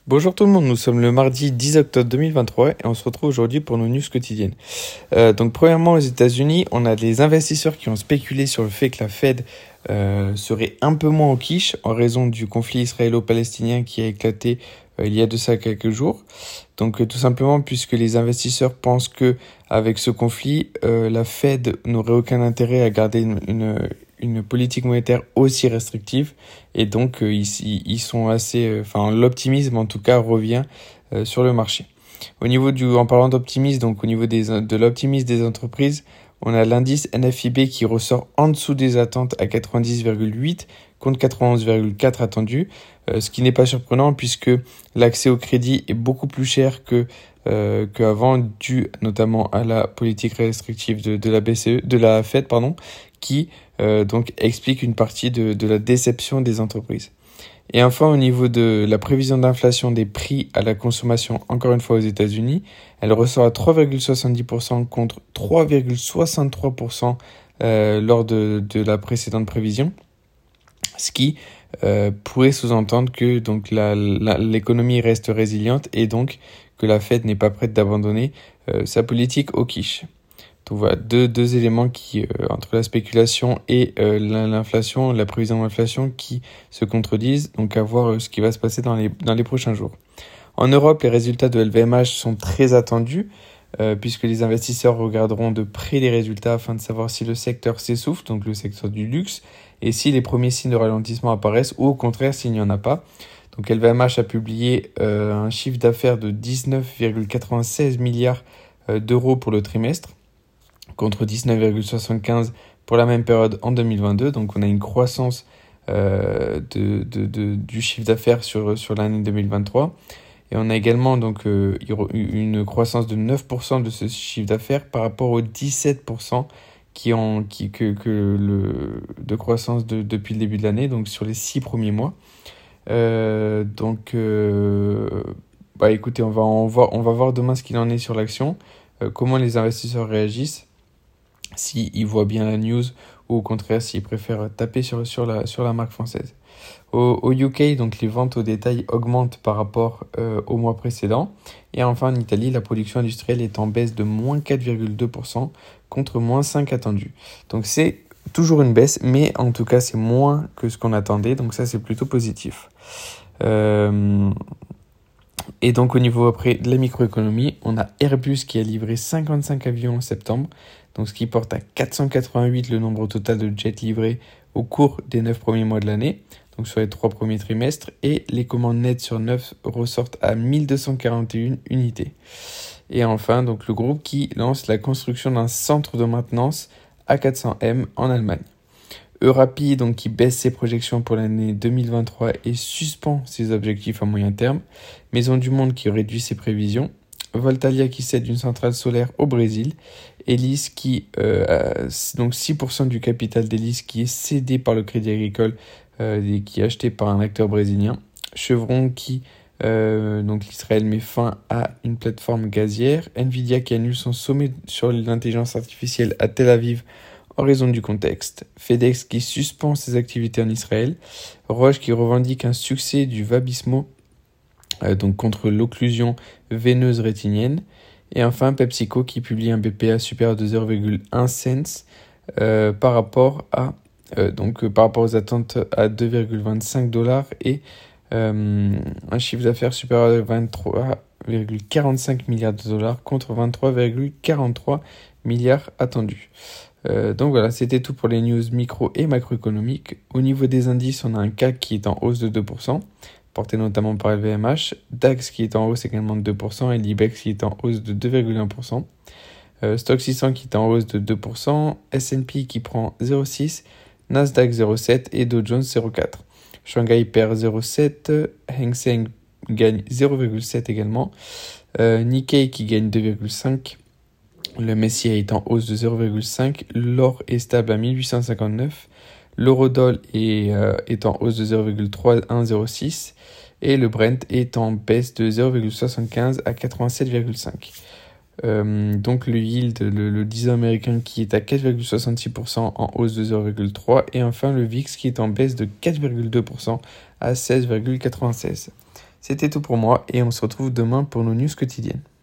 Bonjour tout le monde, nous sommes le mardi 10 octobre 2023 et on se retrouve aujourd'hui pour nos news quotidiennes. Donc premièrement aux États-Unis, on a des investisseurs qui ont spéculé sur le fait que la Fed serait un peu moins au quiche en raison du conflit israélo-palestinien qui a éclaté il y a de ça quelques jours. Donc tout simplement puisque les investisseurs pensent que avec ce conflit, la Fed n'aurait aucun intérêt à garder une politique monétaire aussi restrictive et donc ils sont assez, l'optimisme en tout cas revient sur le marché. En parlant d'optimisme, donc au niveau de l'optimisme des entreprises, on a l'indice NFIB qui ressort en dessous des attentes à 90,8 contre 91,4 attendu, ce qui n'est pas surprenant puisque l'accès au crédit est beaucoup plus cher qu'avant, dû notamment à la politique restrictive de la BCE, de la Fed, qui donc explique une partie de la déception des entreprises. Et enfin, au niveau de la prévision d'inflation des prix à la consommation, encore une fois aux États-Unis, elle ressort à 3,70% contre 3,63% lors de la précédente prévision, ce qui pourrait sous-entendre que donc l'économie reste résiliente et donc que la Fed n'est pas prête d'abandonner sa politique au quiche. Donc voilà, deux éléments qui entre la spéculation et l'inflation, la prévision d'inflation qui se contredisent. Donc à voir ce qui va se passer dans les prochains jours. En Europe, les résultats de LVMH sont très attendus puisque les investisseurs regarderont de près les résultats afin de savoir si le secteur s'essouffle, donc le secteur du luxe, et si les premiers signes de ralentissement apparaissent ou au contraire s'il n'y en a pas. Donc LVMH a publié un chiffre d'affaires de 19,96 milliards d'euros pour le trimestre, contre 19,75 pour la même période en 2022. Donc on a une croissance du chiffre d'affaires sur l'année 2023. Et on a également donc une croissance de 9% de ce chiffre d'affaires par rapport aux 17% de croissance depuis le début de l'année, donc sur les 6 premiers mois. Écoutez, on va voir demain ce qu'il en est sur l'action, comment les investisseurs réagissent, s'ils voient bien la news ou au contraire s'ils préfèrent taper sur la marque française. Au UK, donc les ventes au détail augmentent par rapport au mois précédent. Et enfin en Italie, la production industrielle est en baisse de moins 4,2% contre moins 5 attendu. Donc c'est toujours une baisse, mais en tout cas c'est moins que ce qu'on attendait, donc ça c'est plutôt positif. Et donc au niveau après de la microéconomie, on a Airbus qui a livré 55 avions en septembre, donc ce qui porte à 488 le nombre total de jets livrés au cours des 9 premiers mois de l'année, donc sur les 3 premiers trimestres, et les commandes nettes sur 9 ressortent à 1241 unités. Et enfin, donc le groupe qui lance la construction d'un centre de maintenance A400M en Allemagne. Eurapi, donc, qui baisse ses projections pour l'année 2023 et suspend ses objectifs à moyen terme. Maison du Monde qui réduit ses prévisions. Voltalia qui cède une centrale solaire au Brésil. Elis qui, donc 6% du capital d'Elis qui est cédé par le Crédit Agricole et qui est acheté par un acteur brésilien. Chevron qui, donc Israël met fin à une plateforme gazière. Nvidia qui annule son sommet sur l'intelligence artificielle à Tel Aviv en raison du contexte. FedEx qui suspend ses activités en Israël. Roche qui revendique un succès du Vabysmo donc contre l'occlusion veineuse rétinienne. Et enfin PepsiCo qui publie un BPA supérieur de 0,1 cents par rapport aux attentes à 2,25 dollars et un chiffre d'affaires supérieur à 23,45 milliards de dollars contre 23,43 milliards attendus. Donc voilà, c'était tout pour les news micro et macroéconomiques. Au niveau des indices, on a un CAC qui est en hausse de 2%, porté notamment par LVMH, DAX qui est en hausse également de 2% et l'IBEX qui est en hausse de 2,1%. Stock 600 qui est en hausse de 2%, S&P qui prend 0,6%, Nasdaq 0,7% et Dow Jones 0,4%. Shanghai perd 0,7%, Hang Seng gagne 0,7% également, Nikkei qui gagne 2,5%, le Messier est en hausse de 0,5%, l'or est stable à 1859, l'eurodoll est en hausse de 0,3106 et le Brent est en baisse de 0,75 à 87,5. Donc le yield, le 10 ans américain qui est à 4,66% en hausse de 0,3 et enfin le VIX qui est en baisse de 4,2% à 16,96. C'était tout pour moi et on se retrouve demain pour nos news quotidiennes.